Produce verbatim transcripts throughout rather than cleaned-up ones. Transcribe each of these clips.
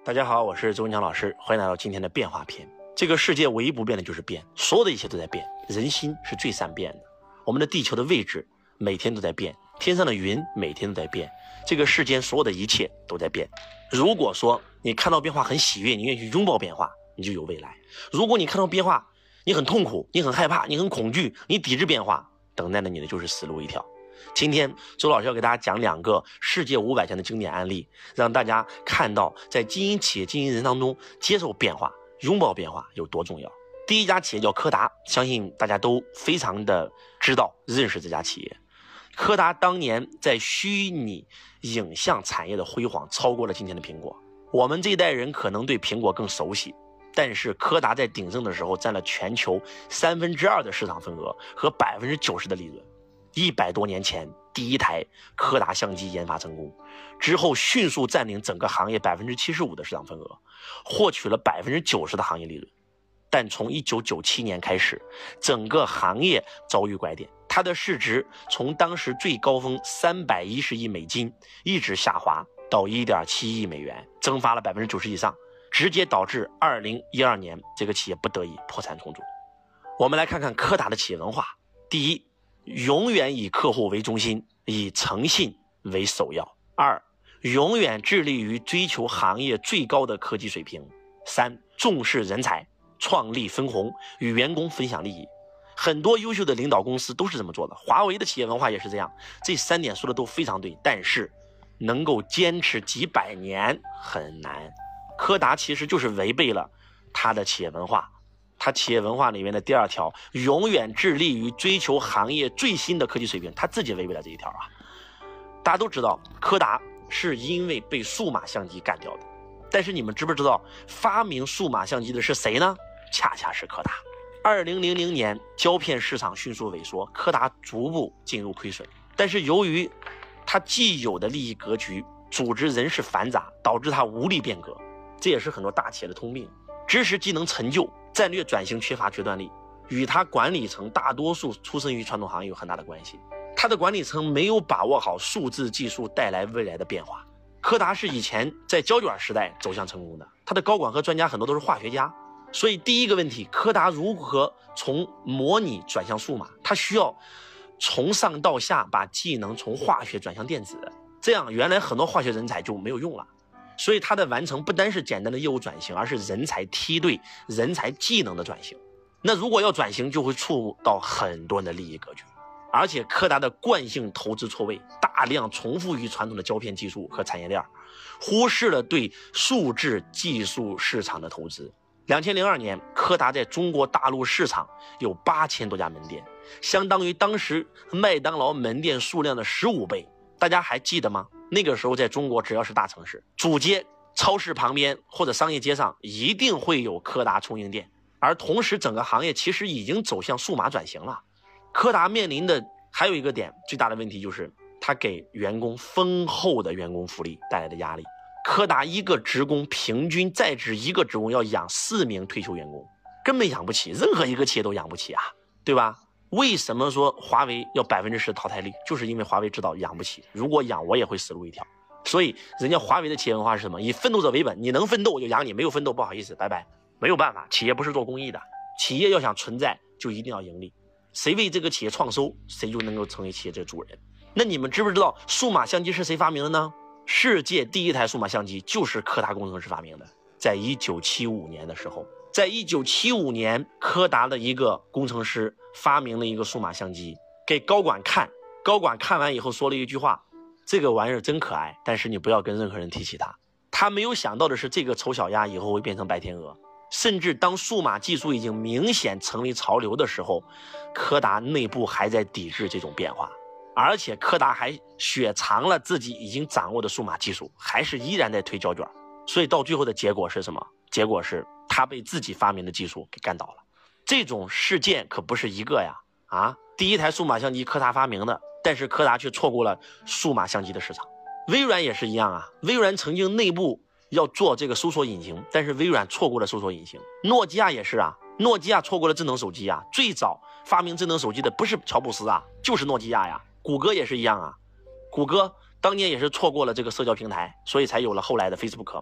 大家好，我是周文强老师，欢迎来到今天的变化篇。这个世界唯一不变的就是变，所有的一切都在变，人心是最善变的。我们的地球的位置每天都在变，天上的云每天都在变，这个世间所有的一切都在变。如果说你看到变化很喜悦，你愿意去拥抱变化，你就有未来；如果你看到变化你很痛苦，你很害怕，你很恐惧，你抵制变化，等待着你的就是死路一条。今天周老师要给大家讲两个世界五百强的经典案例，让大家看到在经营企业经营人当中，接受变化拥抱变化有多重要。第一家企业叫柯达，相信大家都非常的知道认识这家企业。柯达当年在虚拟影像产业的辉煌超过了今天的苹果，我们这一代人可能对苹果更熟悉，但是柯达在鼎盛的时候占了全球三分之二的市场份额和百分之九十的利润。一百多年前，第一台柯达相机研发成功之后，迅速占领整个行业百分之七十五的市场份额，获取了百分之九十的行业利润。但从一九九七年开始，整个行业遭遇拐点，它的市值从当时最高峰三百一十亿美金一直下滑到一点七亿美元，蒸发了百分之九十以上，直接导致二零一二年这个企业不得已破产重组。我们来看看柯达的企业文化。第一，永远以客户为中心，以诚信为首要。二，永远致力于追求行业最高的科技水平。三，重视人才，创立分红，与员工分享利益。很多优秀的领导公司都是这么做的，华为的企业文化也是这样。这三点说的都非常对，但是能够坚持几百年很难。柯达其实就是违背了他的企业文化。他企业文化里面的第二条，永远致力于追求行业最新的科技水平，他自己违背了这一条啊。大家都知道柯达是因为被数码相机干掉的，但是你们知不知道发明数码相机的是谁呢？恰恰是柯达。二零零零年胶片市场迅速萎缩，柯达逐步进入亏损，但是由于他既有的利益格局，组织人事繁杂，导致他无力变革，这也是很多大企业的通病。知识技能陈旧，战略转型缺乏决断力，与他管理层大多数出身于传统行业有很大的关系。他的管理层没有把握好数字技术带来未来的变化。柯达是以前在胶卷时代走向成功的，他的高管和专家很多都是化学家。所以第一个问题，柯达如何从模拟转向数码？他需要从上到下把技能从化学转向电子，这样原来很多化学人才就没有用了。所以它的完成不单是简单的业务转型，而是人才梯队、人才技能的转型。那如果要转型，就会触到很多人的利益格局。而且柯达的惯性投资错位，大量重复于传统的胶片技术和产业链，忽视了对数字技术市场的投资。二零零二年，柯达在中国大陆市场有八千多家门店，相当于当时麦当劳门店数量的十五倍。大家还记得吗？那个时候在中国，只要是大城市主街、超市旁边或者商业街上，一定会有柯达冲印店。而同时整个行业其实已经走向数码转型了。柯达面临的还有一个点，最大的问题就是他给员工丰厚的员工福利带来的压力。柯达一个职工平均在职一个职工要养四名退休员工，根本养不起，任何一个企业都养不起啊，对吧？为什么说华为要百分之十淘汰率？就是因为华为知道养不起，如果养我也会死路一条。所以人家华为的企业文化是什么？以奋斗者为本，你能奋斗我就养你，没有奋斗不好意思拜拜。没有办法，企业不是做公益的，企业要想存在就一定要盈利，谁为这个企业创收，谁就能够成为企业这个主人。那你们知不知道数码相机是谁发明的呢？世界第一台数码相机就是柯达工程师发明的，在一九七五年的时候。在一九七五年，柯达的一个工程师发明了一个数码相机，给高管看，高管看完以后说了一句话，这个玩意儿真可爱，但是你不要跟任何人提起它。他没有想到的是，这个丑小鸭以后会变成白天鹅。甚至当数码技术已经明显成为潮流的时候，柯达内部还在抵制这种变化，而且柯达还雪藏了自己已经掌握的数码技术，还是依然在推胶卷。所以到最后的结果是什么？结果是他被自己发明的技术给干倒了。这种事件可不是一个呀！啊，第一台数码相机柯达发明的，但是柯达却错过了数码相机的市场。微软也是一样啊，微软曾经内部要做这个搜索引擎，但是微软错过了搜索引擎。诺基亚也是啊，诺基亚错过了智能手机啊。最早发明智能手机的不是乔布斯啊，就是诺基亚呀。谷歌也是一样啊，谷歌当年也是错过了这个社交平台，所以才有了后来的 Facebook 嘛。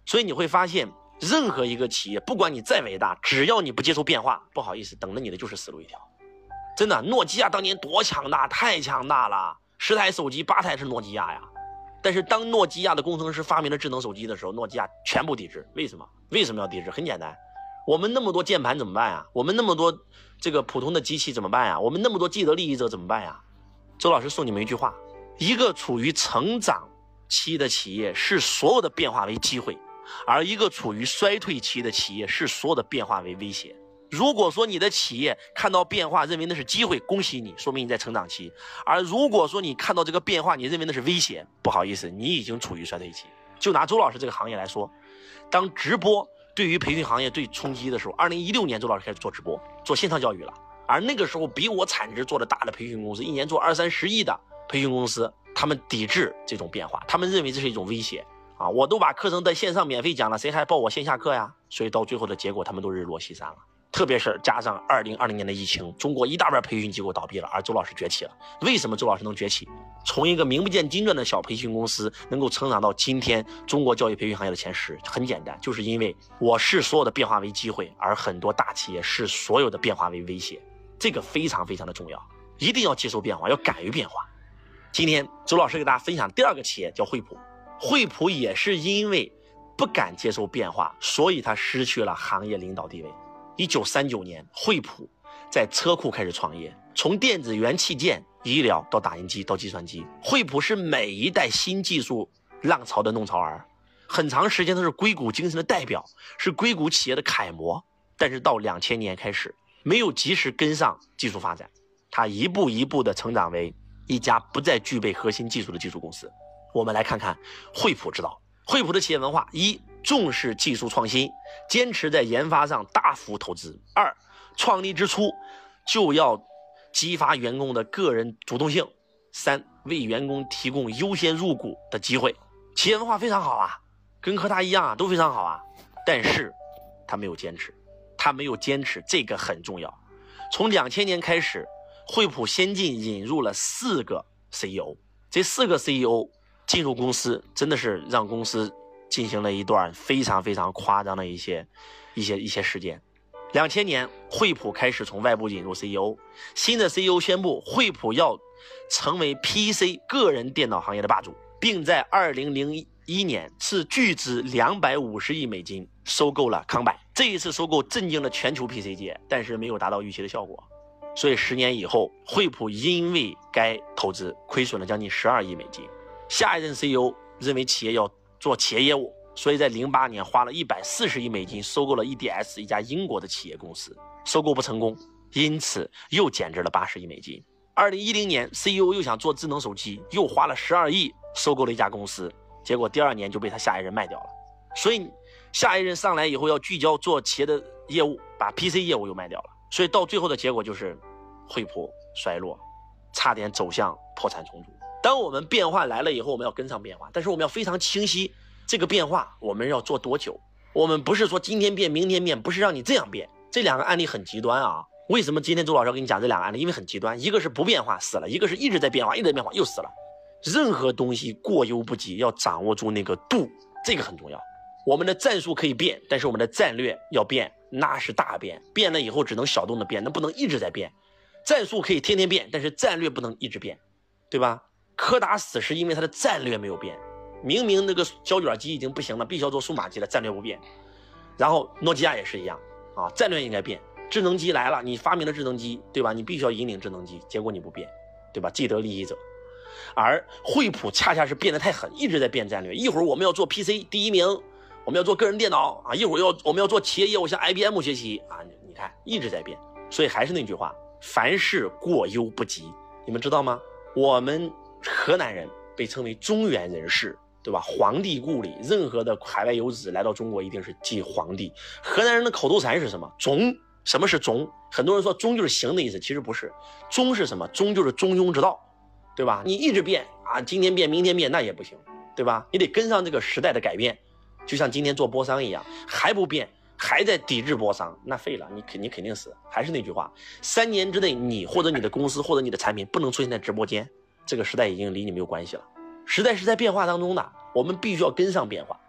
所以你会发现，任何一个企业，不管你再伟大，只要你不接受变化，不好意思，等着你的就是死路一条。真的，诺基亚当年多强大，太强大了，十台手机八台是诺基亚呀。但是当诺基亚的工程师发明了智能手机的时候，诺基亚全部抵制。为什么？为什么要抵制？很简单，我们那么多键盘怎么办啊？我们那么多这个普通的机器怎么办呀？我们那么多既得利益者怎么办呀？周老师送你们一句话：一个处于成长期的企业是所有的变化为机会，而一个处于衰退期的企业是所有的变化为威胁。如果说你的企业看到变化认为那是机会，恭喜你，说明你在成长期。而如果说你看到这个变化你认为那是威胁，不好意思，你已经处于衰退期。就拿周老师这个行业来说，当直播对于培训行业最冲击的时候，二零一六年周老师开始做直播，做线上教育了。而那个时候比我产值做的大的培训公司，一年做二三十亿的培训公司，他们抵制这种变化，他们认为这是一种威胁啊！我都把课程在线上免费讲了，谁还报我线下课呀？所以到最后的结果，他们都日落西山了。特别是加上二零二零年的疫情，中国一大半培训机构倒闭了，而周老师崛起了。为什么周老师能崛起？从一个名不见经传的小培训公司能够成长到今天中国教育培训行业的前十，很简单，就是因为我视所有的变化为机会，而很多大企业视所有的变化为威胁。这个非常非常的重要，一定要接受变化，要敢于变化。今天周老师给大家分享第二个企业叫惠普，惠普也是因为不敢接受变化，所以他失去了行业领导地位。一九三九年，惠普在车库开始创业，从电子元器件、医疗到打印机到计算机，惠普是每一代新技术浪潮的弄潮儿，很长时间都是硅谷精神的代表，是硅谷企业的楷模。但是到两千年开始，没有及时跟上技术发展，它一步一步的成长为一家不再具备核心技术的技术公司。我们来看看惠普之道。惠普的企业文化：一、重视技术创新，坚持在研发上大幅投资；二、创立之初就要激发员工的个人主动性；三、为员工提供优先入股的机会。企业文化非常好啊，跟科大一样啊，都非常好啊。但是他没有坚持，他没有坚持，这个很重要。从两千年开始，惠普先进引入了四个 C E O， 这四个 C E O 进入公司，真的是让公司进行了一段非常非常夸张的一些一些一些事件。两千年，惠普开始从外部引入 C E O， 新的 C E O 宣布惠普要成为 P C 个人电脑行业的霸主，并在二零零一年斥巨资两百五十亿美金收购了康柏。这一次收购震惊了全球 P C 界，但是没有达到预期的效果。所以十年以后，惠普因为该投资亏损了将近十二亿美金。下一任 C E O 认为企业要做企业业务，所以在零八年花了一百四十亿美金收购了 E D S 一家英国的企业公司，收购不成功，因此又减值了八十亿美金。二零一零年 C E O 又想做智能手机，又花了十二亿收购了一家公司，结果第二年就被他下一任卖掉了。所以下一任上来以后要聚焦做企业的业务，把 P C 业务又卖掉了，所以到最后的结果就是惠普衰落，差点走向破产重组。当我们变化来了以后，我们要跟上变化，但是我们要非常清晰这个变化我们要做多久。我们不是说今天变明天变，不是让你这样变。这两个案例很极端啊，为什么今天周老师要跟你讲这两个案例？因为很极端，一个是不变化死了，一个是一直在变化一直在变化又死了。任何东西过犹不及，要掌握住那个度，这个很重要。我们的战术可以变，但是我们的战略要变，那是大变，变了以后只能小动的变，那不能一直在变。战术可以天天变，但是战略不能一直变，对吧？柯达死是因为它的战略没有变，明明那个胶卷机已经不行了，必须要做数码机了，战略不变。然后诺基亚也是一样啊，战略应该变。智能机来了，你发明了智能机，对吧？你必须要引领智能机，结果你不变，对吧？既得利益者。而惠普恰恰是变得太狠，一直在变战略。一会儿我们要做 P C 第一名，我们要做个人电脑啊，一会儿要我们要做企业业务，向 I B M 学习啊，你看一直在变。所以还是那句话，凡事过犹不及。你们知道吗？我们河南人被称为中原人士，对吧？皇帝故里，任何的海外游子来到中国一定是祭皇帝。河南人的口头禅是什么？忠。什么是忠？很多人说忠就是行的意思，其实不是。忠是什么？忠就是中庸之道，对吧？你一直变啊，今天变明天变那也不行，对吧？你得跟上这个时代的改变。就像今天做波商一样，还不变，还在抵制波商，那废了，你肯定肯定死。还是那句话，三年之内你或者你的公司或者你的产品不能出现在直播间，这个时代已经离你没有关系了。时代是在变化当中的，我们必须要跟上变化。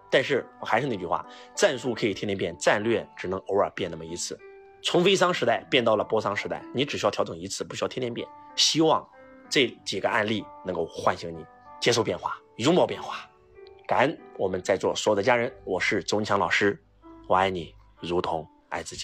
但是我还是那句话，战术可以天天变，战略只能偶尔变那么一次。从飞商时代变到了波商时代，你只需要调整一次，不需要天天变。希望这几个案例能够唤醒你接受变化，拥抱变化。感恩我们在座所有的家人，我是周文强老师，我爱你如同爱自己。